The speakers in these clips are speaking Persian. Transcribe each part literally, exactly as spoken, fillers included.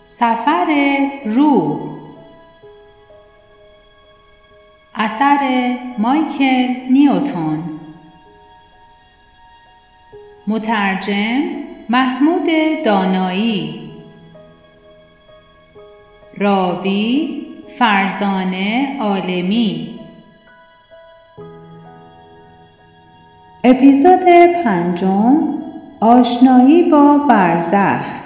سفر روح، اثر مایکل نیوتن، مترجم محمود دانایی، راوی فرزانه عالمی. اپیزود پنجم، آشنایی با برزخ.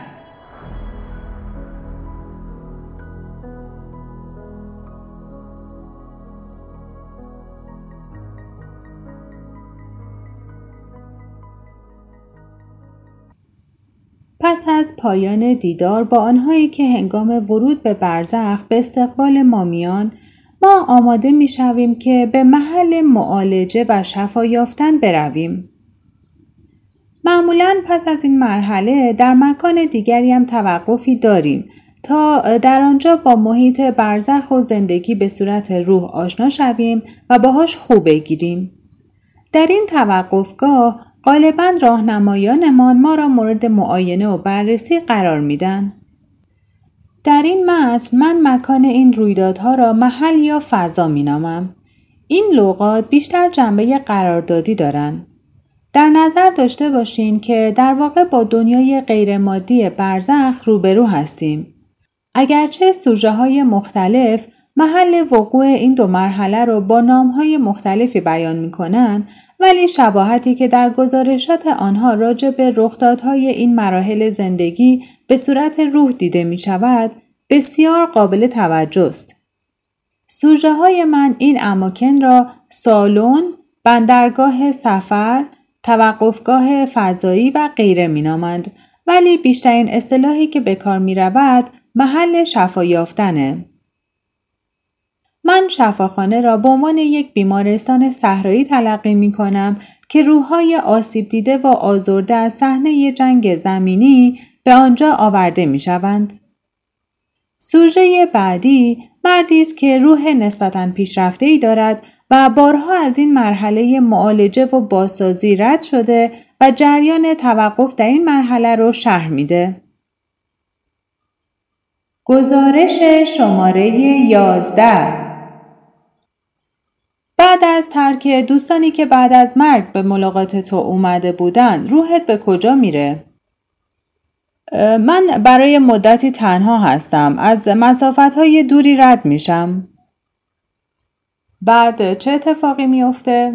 پس از پایان دیدار با آنهایی که هنگام ورود به برزخ به استقبال ما میان، ما آماده می شویم که به محل معالجه و شفا یافتن برویم. معمولاً پس از این مرحله در مکان دیگری هم توقفی داریم تا در آنجا با محیط برزخ و زندگی به صورت روح آشنا شویم و باهاش خوب بگیریم. در این توقفگاه غالباً راهنمایانمان ما را مورد معاینه و بررسی قرار میدن. در این متن من مکان این رویدادها را محل یا فضا مینامم. این لغات بیشتر جنبه قراردادی دارند. در نظر داشته باشین که در واقع با دنیای غیرمادی برزخ روبرو هستیم. اگرچه سوژه های مختلف محل وقوع این دو مرحله رو با نامهای مختلفی بیان میکنن، ولی شباهتی که در گزارشات آنها راجع به رخدادهای این مراحل زندگی به صورت روح دیده می شود، بسیار قابل توجه است. سوژه های من این اماکن را سالن، بندرگاه سفر، توقفگاه فضایی و غیره می نامند، ولی بیشترین اصطلاحی که به کار می رود محل شفا یافتنه. من شفاخانه را به عنوان یک بیمارستان صحرایی تلقی می کنم که روح‌های آسیب دیده و آزرده از صحنه جنگ زمینی به آنجا آورده می شوند. سوژه بعدی مردی است که روح نسبتاً پیشرفته‌ای دارد و بارها از این مرحله معالجه و بازسازی رد شده و جریان توقف در این مرحله را شرح میده. گزارش شماره یازده. بعد از ترک دوستانی که بعد از مرگ به ملاقات تو اومده بودن، روحت به کجا میره؟ من برای مدتی تنها هستم. از مسافت‌های دوری رد میشم. بعد چه اتفاقی میفته؟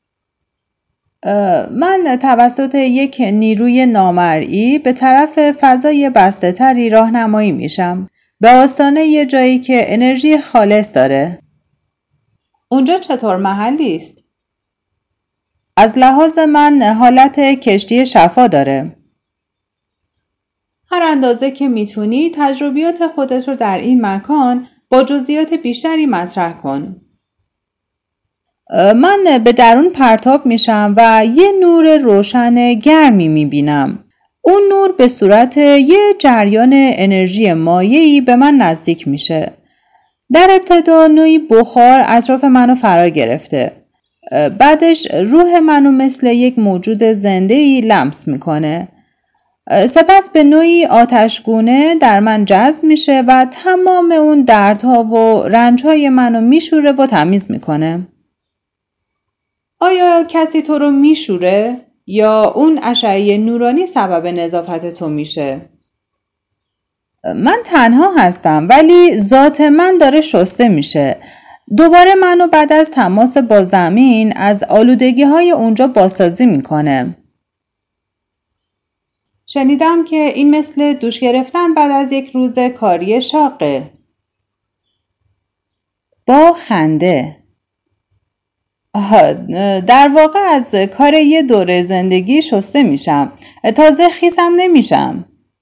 من توسط یک نیروی نامرئی به طرف فضای بسته تری راهنمایی میشم. به آستانه یه جایی که انرژی خالص داره. اونجا چطور محلی است؟ از لحاظ من حالت کشتی شفا داره. هر اندازه که میتونی تجربیات خودت رو در این مکان با جزئیات بیشتری مطرح کن. من به درون پرتاب میشم و یه نور روشن گرمی میبینم. اون نور به صورت یه جریان انرژی مایعی به من نزدیک میشه. در ابتدا نوعی بخار اطراف منو فرا گرفته. بعدش روح منو مثل یک موجود زنده‌ای لمس میکنه. سپس به نوعی آتشگونه در من جذب میشه و تمام اون دردها و رنجهای منو میشوره و تمیز میکنه. آیا کسی تو رو میشوره؟ یا اون اشعه نورانی سبب نظافت تو میشه؟ من تنها هستم ولی ذات من داره شسته میشه. دوباره منو بعد از تماس با زمین از آلودگی های اونجا بازسازی میکنه. شنیدم که این مثل دوش گرفتن بعد از یک روز کاری شاقه. با خنده. در واقع از کار یه دوره زندگی شسته میشم. تازه خیسم نمیشم.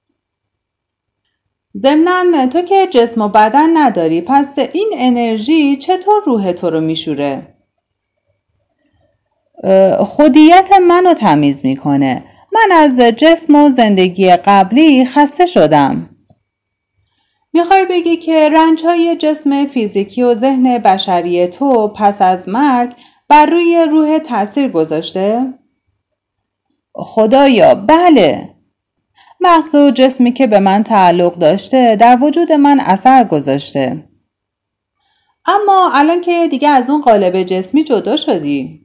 ضمناً تو که جسم و بدن نداری، پس این انرژی چطور روح تو رو میشوره؟ خودیت منو تمیز میکنه. من از جسم و زندگی قبلی خسته شدم. میخوای بگی که رنجهای جسم فیزیکی و ذهن بشری تو پس از مرگ بر روی روح تأثیر گذاشته؟ خدایا بله. مغز و جسمی که به من تعلق داشته در وجود من اثر گذاشته. اما الان که دیگه از اون قالب جسمی جدا شدی،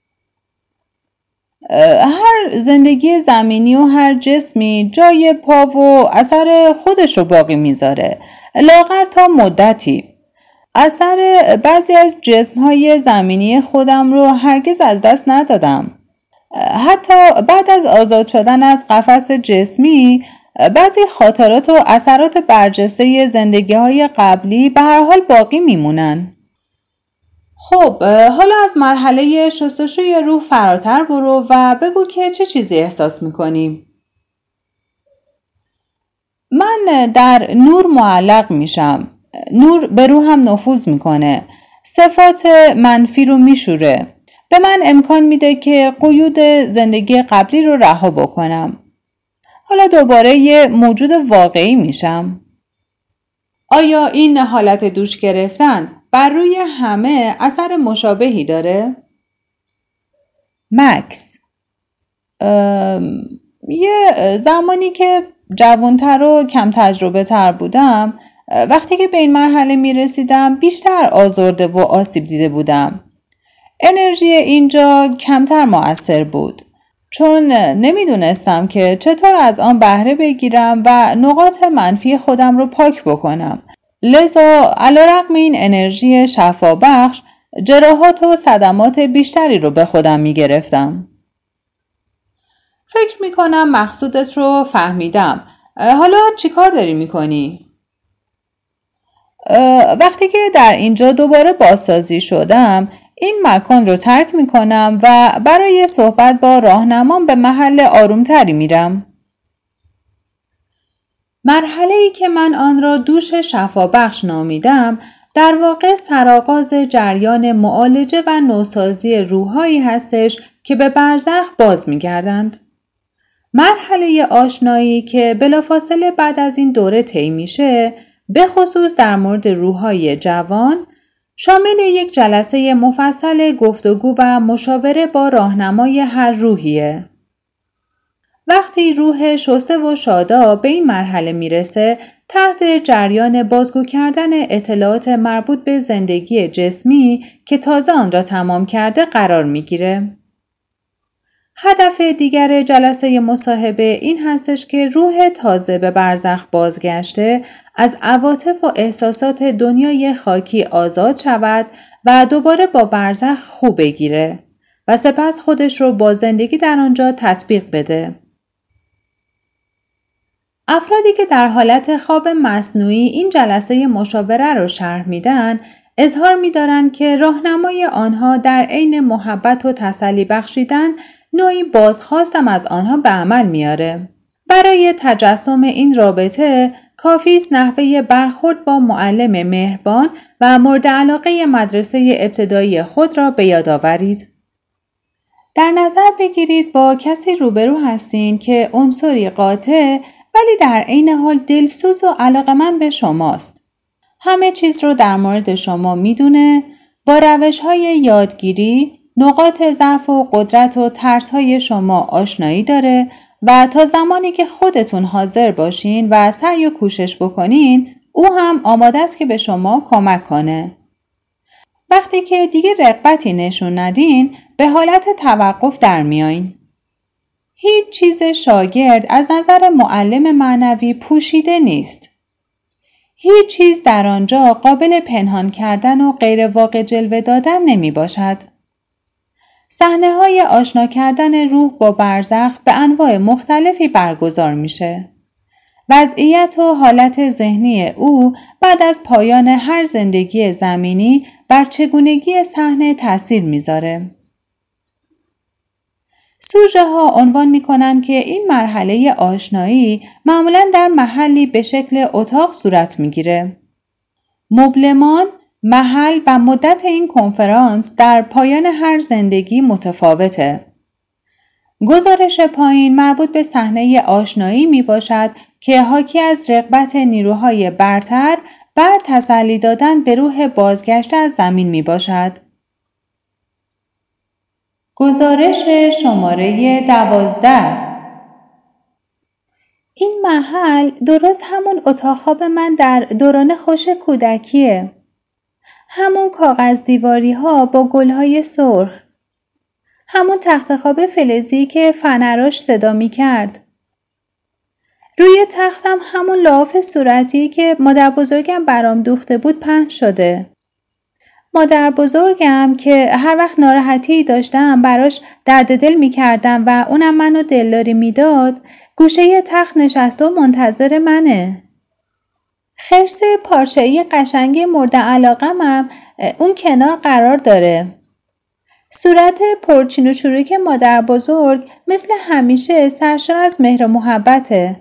هر زندگی زمینی و هر جسمی جای پا و اثر خودش رو باقی میذاره، لااقل تا مدتی. اثر بعضی از جسم‌های زمینی خودم رو هرگز از دست ندادم. حتی بعد از آزاد شدن از قفس جسمی، بعضی خاطرات و اثرات برجسته زندگی‌های قبلی به هر حال باقی میمونن. خب حالا از مرحله شستشوی روح فراتر برو و بگو که چه چیزی احساس میکنی؟ من در نور معلق میشم. نور به روحم نفوذ میکنه. صفات منفی رو میشوره. به من امکان میده که قیود زندگی قبلی رو رها بکنم. حالا دوباره یه موجود واقعی میشم. آیا این حالت دوش گرفتن بر روی همه اثر مشابهی داره؟ مکس: یه زمانی که جوانتر و کم تجربه تر بودم، وقتی که به این مرحله می رسیدم بیشتر آزرده و آسیب دیده بودم. انرژی اینجا کمتر مؤثر بود، چون نمیدونستم که چطور از آن بهره بگیرم و نقاط منفی خودم رو پاک بکنم. لذا علیرغم این انرژی شفابخش، جراحات و صدمات بیشتری رو به خودم می گرفتم. فکر می کنم مقصودت رو فهمیدم. حالا چی کار داری می کنی؟ وقتی که در اینجا دوباره بازسازی شدم، این مکان رو ترک می کنم و برای صحبت با راهنمام به محل آرومتری میرم. مرحله‌ای که من آن را دوش شفابخش نامیدم، در واقع سرآغاز جریان معالجه و نوسازی روحایی هستش که به برزخ باز می‌گردند. مرحله آشنایی که بلافاصله بعد از این دوره طی میشه، به خصوص در مورد روح‌های جوان، شامل یک جلسه مفصل گفتگو و مشاوره با راهنمای هر روحیه. وقتی روح شسته و شاداب به این مرحله میرسه، تحت جریان بازگو کردن اطلاعات مربوط به زندگی جسمی که تازه آن را تمام کرده قرار میگیره. هدف دیگر جلسه مصاحبه این هستش که روح تازه به برزخ بازگشته از عواطف و احساسات دنیای خاکی آزاد شود و دوباره با برزخ خو بگیره و سپس خودش رو با زندگی در آنجا تطبیق بده. افرادی که در حالت خواب مصنوعی این جلسه مشاوره رو شرح میدن، اظهار می‌دارند که راهنمای آنها در عین محبت و تسلی بخشیدن نوعی بازخواستم از آنها به عمل میاره. برای تجسم این رابطه کافی است نحوه برخورد با معلم مهربان و مورد علاقه مدرسه ابتدایی خود را به یاد آورید. در نظر بگیرید با کسی روبرو هستین که عنصری قاطع ولی در عین حال دلسوز و علاقه‌مند به شماست. همه چیز رو در مورد شما میدونه، با روش‌های یادگیری، نقاط ضعف و قدرت و ترس‌های شما آشنایی داره و تا زمانی که خودتون حاضر باشین و سعی و کوشش بکنین، او هم آماده است که به شما کمک کنه. وقتی که دیگه رغبتی نشون ندین، به حالت توقف در میایین. هیچ چیز شاگرد از نظر معلم معنوی پوشیده نیست. هیچ چیز در آنجا قابل پنهان کردن و غیر واقع جلوه دادن نمی باشد. صحنه‌های آشنا کردن روح با برزخ به انواع مختلفی برگزار میشه. وضعیت و حالت ذهنی او بعد از پایان هر زندگی زمینی بر چگونگی صحنه تأثیر میذاره. سوژه ها عنوان می کنند که این مرحله آشنایی معمولاً در محلی به شکل اتاق صورت می گیره. مبلمان، محل و مدت این کنفرانس در پایان هر زندگی متفاوته. گزارش پایین مربوط به صحنه آشنایی می باشد که حاکی از رغبت نیروهای برتر بر تسلی دادن به روح بازگشته از زمین می باشد. گزارش شماره دوازده. این محل درست همون اتاق خواب من در دوران خوش کودکیه. همون کاغذ دیواری ها با گل های سرخ. همون تخت خواب فلزی که فنراش صدا می کرد. روی تختم همون لحاف صورتی که مادر بزرگم برام دوخته بود پهن شده. مادر بزرگم که هر وقت ناراحتی داشتم براش درد دل می کردم و اونم منو دلداری می داد، گوشه تخت نشسته و منتظر منه. خرس پارچه‌ای قشنگ مورد علاقه‌مم اون کنار قرار داره. صورت پرچین و چروک مادر بزرگ مثل همیشه سرشار از مهر و محبته.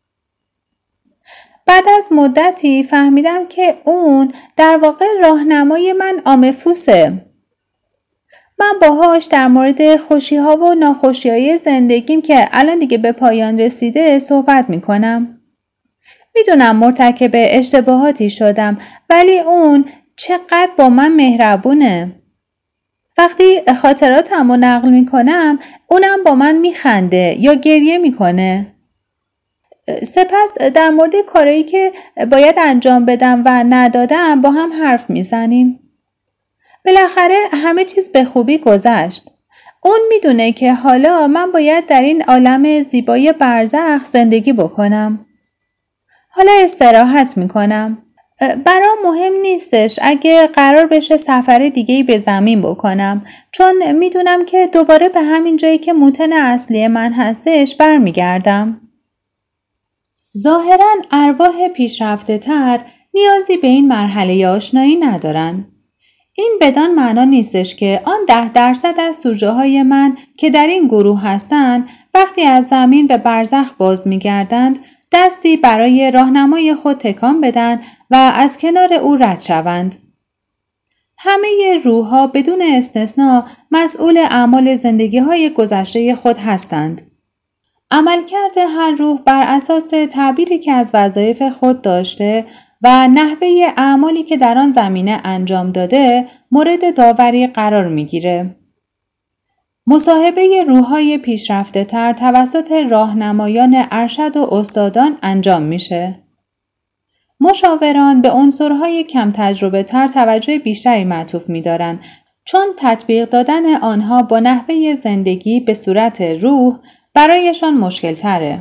بعد از مدتی فهمیدم که اون در واقع راهنمای من عامه‌فوسه. من باهاش در مورد خوشی‌ها و ناخوشی‌های زندگیم که الان دیگه به پایان رسیده صحبت می‌کنم. میدونم مرتکب اشتباهاتی شدم، ولی اون چقدر با من مهربونه. وقتی خاطراتم رو نقل میکنم اونم با من میخنده یا گریه میکنه. سپس در مورد کارهایی که باید انجام بدم و ندادم با هم حرف میزنیم. بالاخره همه چیز به خوبی گذشت. اون میدونه که حالا من باید در این عالم زیبای برزخ زندگی بکنم. حالا استراحت میکنم. برام مهم نیستش اگه قرار بشه سفر دیگه‌ای به زمین بکنم، چون میدونم که دوباره به همین جایی که موطن اصلی من هستش برمیگردم. ظاهراً ارواح پیشرفته تر نیازی به این مرحله آشنایی ندارن. این بدان معنا نیستش که آن ده درصد از سوژه های من که در این گروه هستن وقتی از زمین به برزخ باز میگردند دستی برای راهنمای خود تکان بدن و از کنار او رد شوند. همه روح‌ها بدون استثنا مسئول اعمال زندگی‌های گذشته خود هستند. عملکرد هر روح بر اساس تعبیری که از وظایف خود داشته و نحوه اعمالی که در آن زمینه انجام داده مورد داوری قرار می‌گیره. مصاحبه روح‌های پیشرفته تر توسط راهنمایان ارشد و استادان انجام میشه. مشاوران به عنصرهای کم تجربه تر توجه بیشتری معطوف می‌دارند، چون تطبیق دادن آنها با نحوه زندگی به صورت روح برایشان مشکل تره.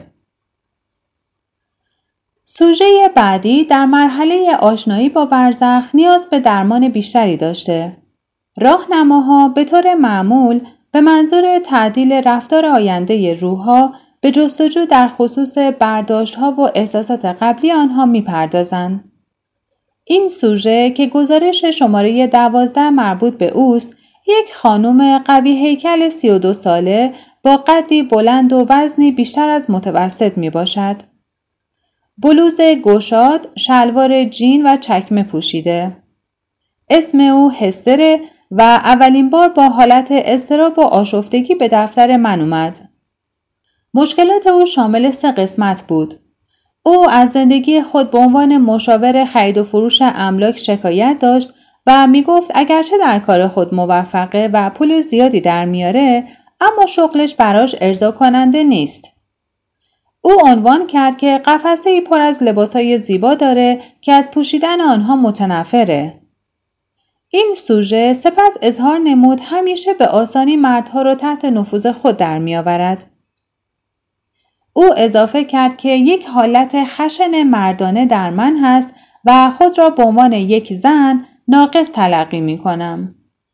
سوژه بعدی در مرحله آشنایی با برزخ نیاز به درمان بیشتری داشته. راهنماها به طور معمول به منظور تعدیل رفتار آینده روح‌ها به جستجو در خصوص برداشت‌ها و احساسات قبلی آنها می‌پردازند. این سوژه که گزارش شماره دوازده مربوط به اوست، یک خانم قوی هیکل سی و دو ساله با قدی بلند و وزنی بیشتر از متوسط میباشد. بلوز گشاد، شلوار جین و چکمه پوشیده. اسم او هستره و اولین بار با حالت اضطراب و آشفتگی به دفتر من اومد. مشکلات او شامل سه قسمت بود. او از زندگی خود به عنوان مشاور خرید و فروش املاک شکایت داشت و می گفت اگرچه در کار خود موفقه و پول زیادی در میاره، اما شغلش براش ارضا کننده نیست. او عنوان کرد که قفسه‌ای پر از لباسهای زیبا داره که از پوشیدن آنها متنفره. این سوژه سپس اظهار نمود همیشه به آسانی مردها را تحت نفوذ خود در می آورد. او اضافه کرد که یک حالت خشن مردانه در من هست و خود را به عنوان یک زن ناقص تلقی می کنم.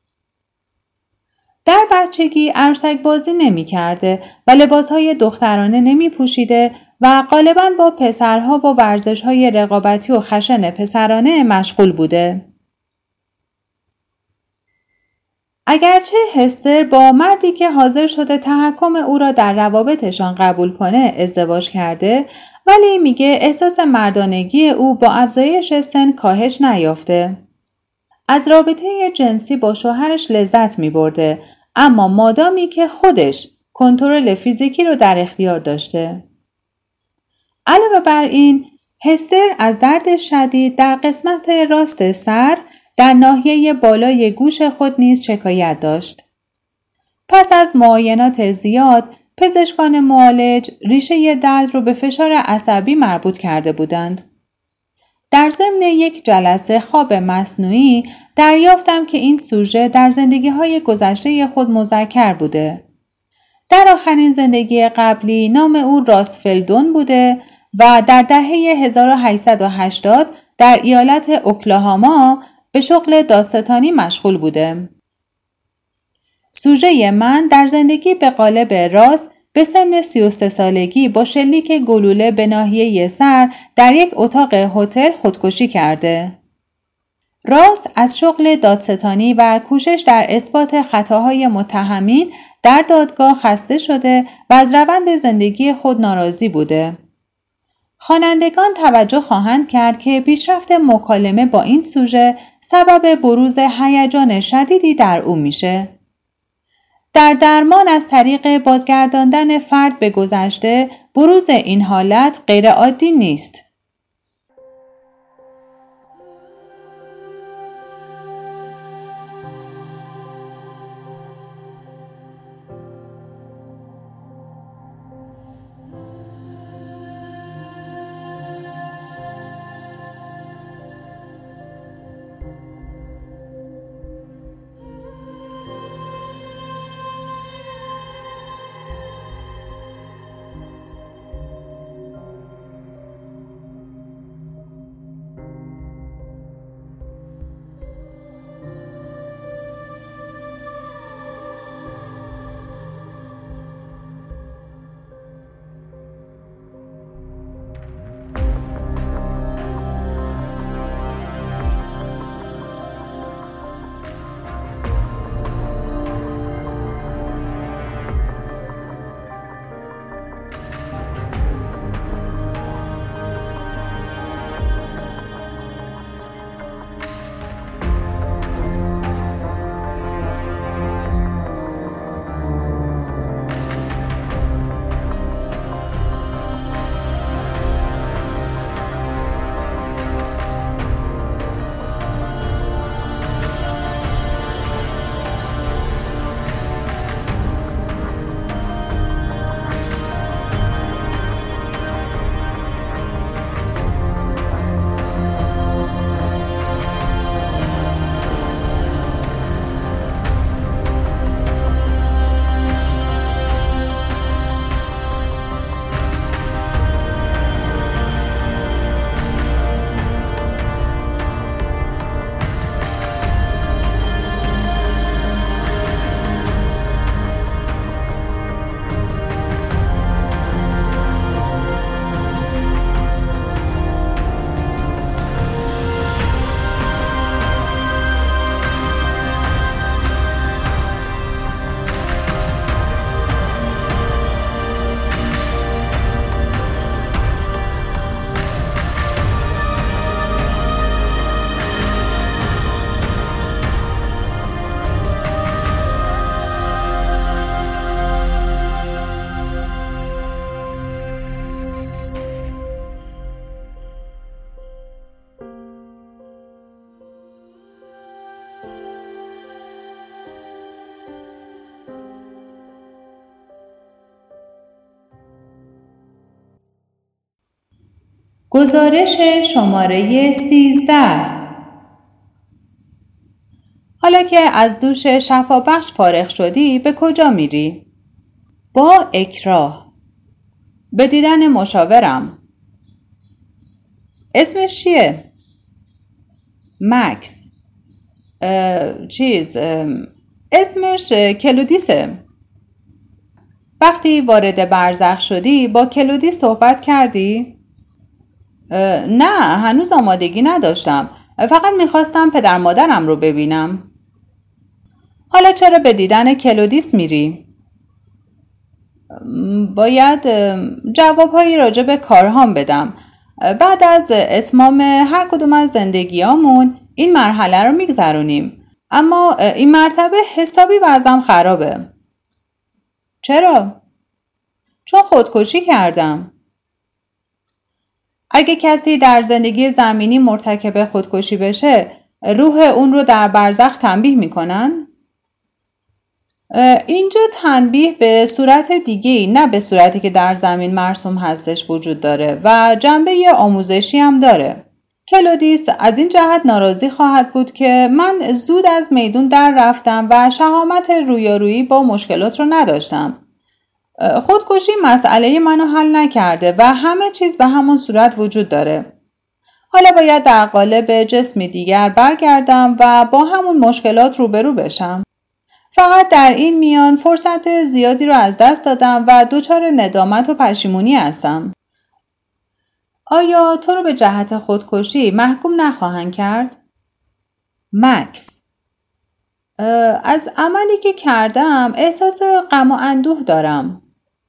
در بچگی عروسک بازی نمی کرده و لباسهای دخترانه نمی پوشیده و غالباً با پسرها و ورزشهای رقابتی و خشن پسرانه مشغول بوده. اگرچه هستر با مردی که حاضر شده تحکم او را در روابطشان قبول کنه ازدواج کرده، ولی میگه احساس مردانگی او با افزایش سن کاهش نیافته. از رابطه جنسی با شوهرش لذت میبرده، اما مادامی که خودش کنترل فیزیکی رو در اختیار داشته. علاوه بر این، هستر از درد شدید در قسمت راست سر در ناحیه بالای گوش خود نیز شکایت داشت. پس از معاینات زیاد، پزشکان معالج ریشه درد رو به فشار عصبی مربوط کرده بودند. در ضمن یک جلسه خواب مصنوعی دریافتم که این سوژه در زندگی‌های گذشته خود مذکر بوده. در آخرین زندگی قبلی نام او راسفلدون بوده و در دهه هزار و هشتصد و هشتاد در ایالت اوکلاهاما به شغل دادستانی مشغول بوده. سوژه من در زندگی به قالب راس به سن سی و سه سالگی با شلیک گلوله به ناحیه سر در یک اتاق هتل خودکشی کرده. راس از شغل دادستانی و کوشش در اثبات خطاهای متهمین در دادگاه خسته شده و از روند زندگی خود ناراضی بوده. خوانندگان توجه خواهند کرد که پیشرفت مکالمه با این سوژه سبب بروز هیجان شدیدی در او میشه. در درمان از طریق بازگرداندن فرد به گذشته، بروز این حالت غیرعادی نیست. گزارش شماره سیزده. حالا که از دوش شفابخش فارغ شدی به کجا میری؟ با اکراه. به دیدن مشاورم. اسمش چیه؟ مکس. چیز اسمش کلودیسه. وقتی وارد برزخ شدی با کلودی صحبت کردی؟ نه، هنوز آمادگی نداشتم. فقط میخواستم پدر مادرم رو ببینم. حالا چرا به دیدن کلودیس میری؟ باید جوابهایی راجع به کارهام بدم. بعد از اتمام هر کدوم از زندگیامون این مرحله رو میگذرونیم. اما این مرتبه حسابی وضعم خرابه. چرا؟ چون خودکشی کردم. اگه کسی در زندگی زمینی مرتکب خودکشی بشه، روح اون رو در برزخ تنبیه میکنن؟ اینجا تنبیه به صورت دیگه‌ای نه به صورتی که در زمین مرسوم هستش وجود داره و جنبه آموزشی هم داره. کلودیس از این جهت ناراضی خواهد بود که من زود از میدون در رفتم و شهامت رویارویی با مشکلات رو نداشتم. خودکشی مسئله منو حل نکرده و همه چیز به همون صورت وجود داره. حالا باید در قالب جسمی دیگر برگردم و با همون مشکلات روبرو بشم. فقط در این میان فرصت زیادی رو از دست دادم و دچار ندامت و پشیمونی هستم. آیا تو رو به جهت خودکشی محکوم نخواهند کرد؟ مکس: از عملی که کردم احساس غم و اندوه دارم.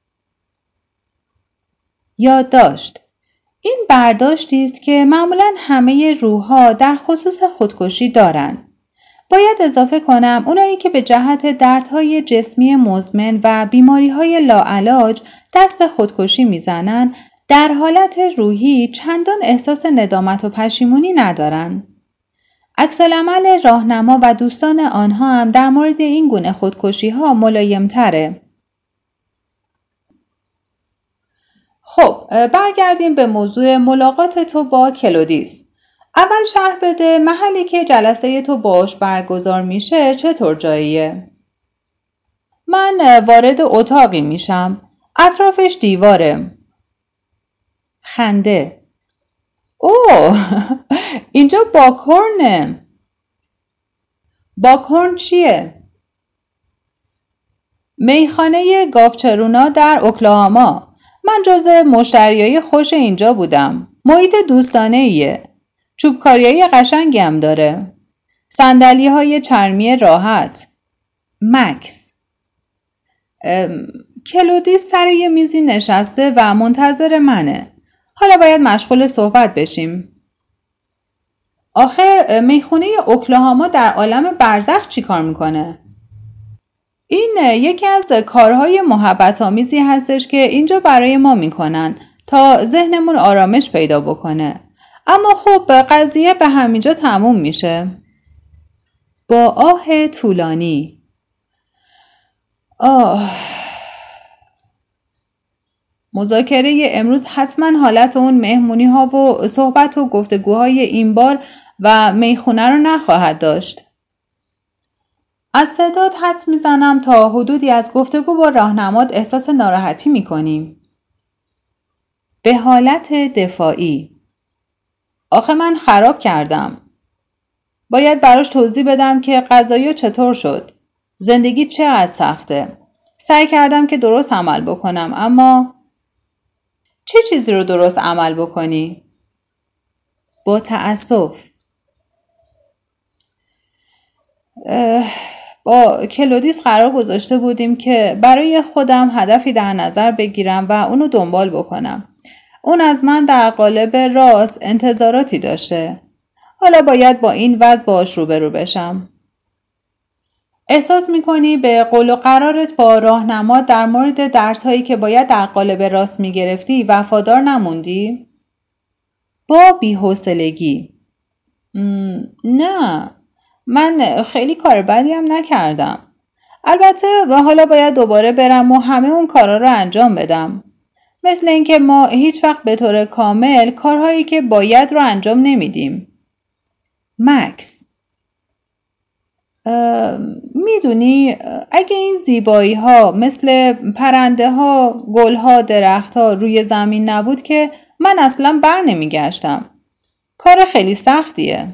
یادداشت: این برداشتی است که معمولاً همه روح‌ها در خصوص خودکشی دارند. باید اضافه کنم اونایی که به جهت دردهای جسمی مزمن و بیماری‌های لاعلاج دست به خودکشی میزنن در حالت روحی چندان احساس ندامت و پشیمونی ندارن. عکس‌العمل راهنما و دوستان آنها هم در مورد این گونه خودکشی‌ها ملایم‌تره. خب برگردیم به موضوع ملاقات تو با کلودیس. اول شرح بده محلی که جلسه تو باش برگزار میشه چطور جاییه؟ من وارد اتاقی میشم. اطرافش دیواره. خنده: اوه اینجا باکهورنه. باکهورن چیه؟ میخانه گاوچرونا در اوکلاهاما. من جزء مشتریای خوش اینجا بودم. محیط دوستانه ایه. چوبکاریای قشنگی هم داره. صندلی های چرمی راحت. مکس: کلودیس سر یه میزی نشسته و منتظر منه. حالا باید مشغول صحبت بشیم. آخه میخونه اوکلاهاما در عالم برزخ چی کار میکنه؟ این یکی از کارهای محبت آمیزی هستش که اینجا برای ما میکنن تا ذهنمون آرامش پیدا بکنه. اما خب قضیه به همینجا تموم میشه. با آه طولانی: آه. مذاکره امروز حتما حالت اون مهمونی ها و صحبت و گفتگوهای این بار و میخونه رو نخواهد داشت. از صدات حدس میزنم تا حدودی از گفتگو با راهنمات احساس ناراحتی میکنیم. به حالت دفاعی: آخه من خراب کردم. باید براش توضیح بدم که قضایا چطور شد. زندگی چقدر سخته. سعی کردم که درست عمل بکنم اما چه چیزی رو درست عمل بکنی؟ با تأسف: با کلودیس قرار گذاشته بودیم که برای خودم هدفی در نظر بگیرم و اونو دنبال بکنم. اون از من در قالب راست انتظاراتی داشته. حالا باید با این وضع باش روبرو بشم. احساس میکنی به قول و قرارت با راهنما در مورد درس هایی که باید در قالب راست میگرفتی وفادار نموندی؟ با بی‌حوصلگی: نه، من خیلی کار بدی هم نکردم. البته و حالا باید دوباره برم و همه اون کارا رو انجام بدم. مثل اینکه ما هیچ وقت به طور کامل کارهایی که باید رو انجام نمیدیم. مکس: میدونی اگه این زیبایی ها مثل پرنده ها، گل ها، درخت ها روی زمین نبود که من اصلا بر نمی گشتم. کار خیلی سختیه.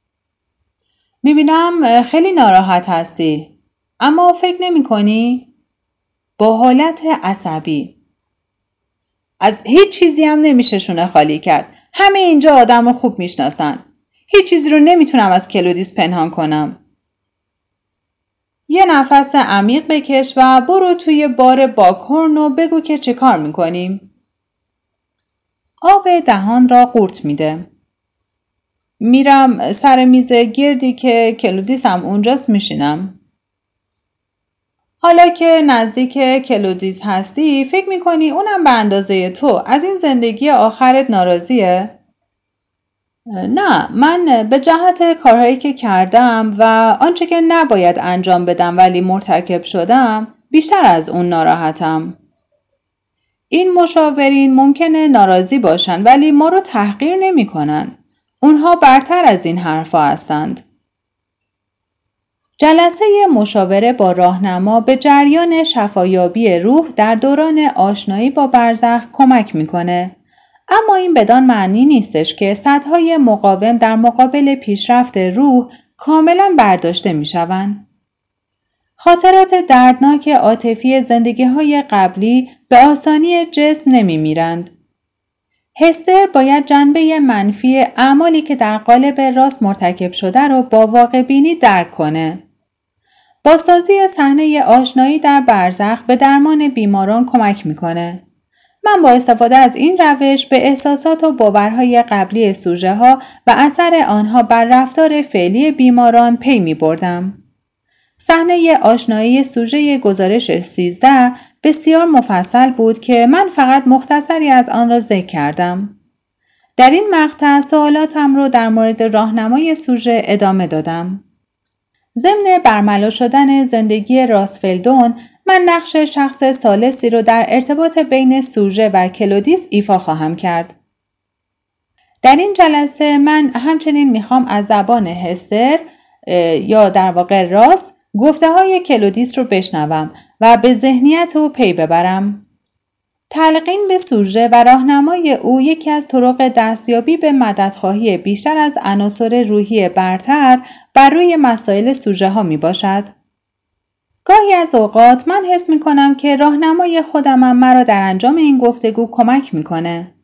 میبینم خیلی ناراحت هستی. اما فکر نمی کنی؟ با حالت عصبی: از هیچ چیزی هم نمیشه شونه خالی کرد. همه اینجا آدم رو خوب میشناسن. هیچ چیزی رو نمیتونم از کلودیس پنهان کنم. یه نفس عمیق بکش و برو توی بار باکهورن و بگو که چه کار میکنیم. آب دهان را قورت میده. میرم سر میز گردی که کلودیس هم اونجاست میشینم. حالا که نزدیک کلودیس هستی فکر میکنی اونم به اندازه تو از این زندگی آخرت ناراضیه؟ نه، من به جهت کارهایی که کردم و آنچه که نباید انجام بدم ولی مرتکب شدم بیشتر از اون ناراحتم. این مشاورین ممکنه ناراضی باشن ولی ما رو تحقیر نمی کنن. اونها برتر از این حرفا هستند. جلسه مشاوره با راهنما به جریان شفایابی روح در دوران آشنایی با برزخ کمک میکنه. اما این بدان معنی نیستش که سدهای مقاوم در مقابل پیشرفت روح کاملا برداشته میشوند. خاطرات دردناک عاطفی زندگی‌های قبلی به آسانی جسم نمی‌میرند. هستر باید جنبه منفی اعمالی که در قالب راست مرتکب شده رو با واقع بینی درک کنه. بازسازی صحنه آشنایی در برزخ به درمان بیماران کمک میکنه. من با استفاده از این روش به احساسات و باورهای قبلی سوژه ها و اثر آنها بر رفتار فعلی بیماران پی می بردم. صحنه آشنایی سوژه گزارش سیزده بسیار مفصل بود که من فقط مختصری از آن را ذکر کردم. در این مقطع سوالاتم رو در مورد راهنمای سوژه ادامه دادم. ضمن برملا شدن زندگی راسفلدون، من نقش شخص ثالثی رو در ارتباط بین سوژه و کلودیس ایفا خواهم کرد. در این جلسه من همچنین میخوام از زبان هستر یا در واقع راس گفته های کلودیس رو بشنوم و به ذهنیت او پی ببرم. تلقین به سوژه و راهنمای او یکی از طرق دستیابی به مددخواهی بیشتر از عناصر روحی برتر بر روی مسائل سوژه ها می باشد. گاهی از اوقات من حس می کنم که راهنمای خودمم مرا در انجام این گفتگو کمک می کنه.